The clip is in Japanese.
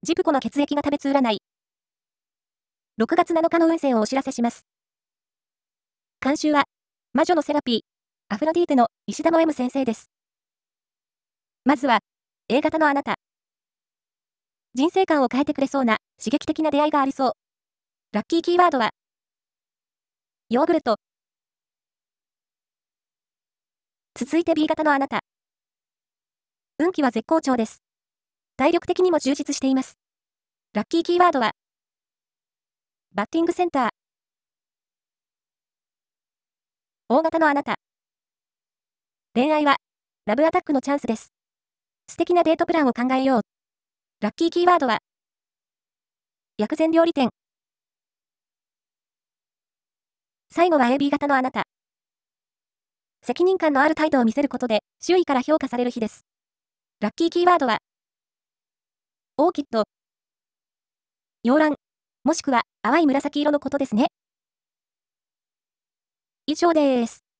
ジプコの血液が食べつ占い。6月7日の運勢をお知らせします。監修は、魔女のセラピー、アフロディーテの石田の M 先生です。まずは、A 型のあなた。人生観を変えてくれそうな刺激的な出会いがありそう。ラッキーキーワードは、ヨーグルト。続いて B 型のあなた。運気は絶好調です。体力的にも充実しています。ラッキーキーワードは、バッティングセンター。大型のあなた。恋愛は、ラブアタックのチャンスです。素敵なデートプランを考えよう。ラッキーキーワードは、薬膳料理店。最後は AB 型のあなた。責任感のある態度を見せることで、周囲から評価される日です。ラッキーキーワードは、オーキッド。洋蘭、もしくは淡い紫色のことですね。以上です。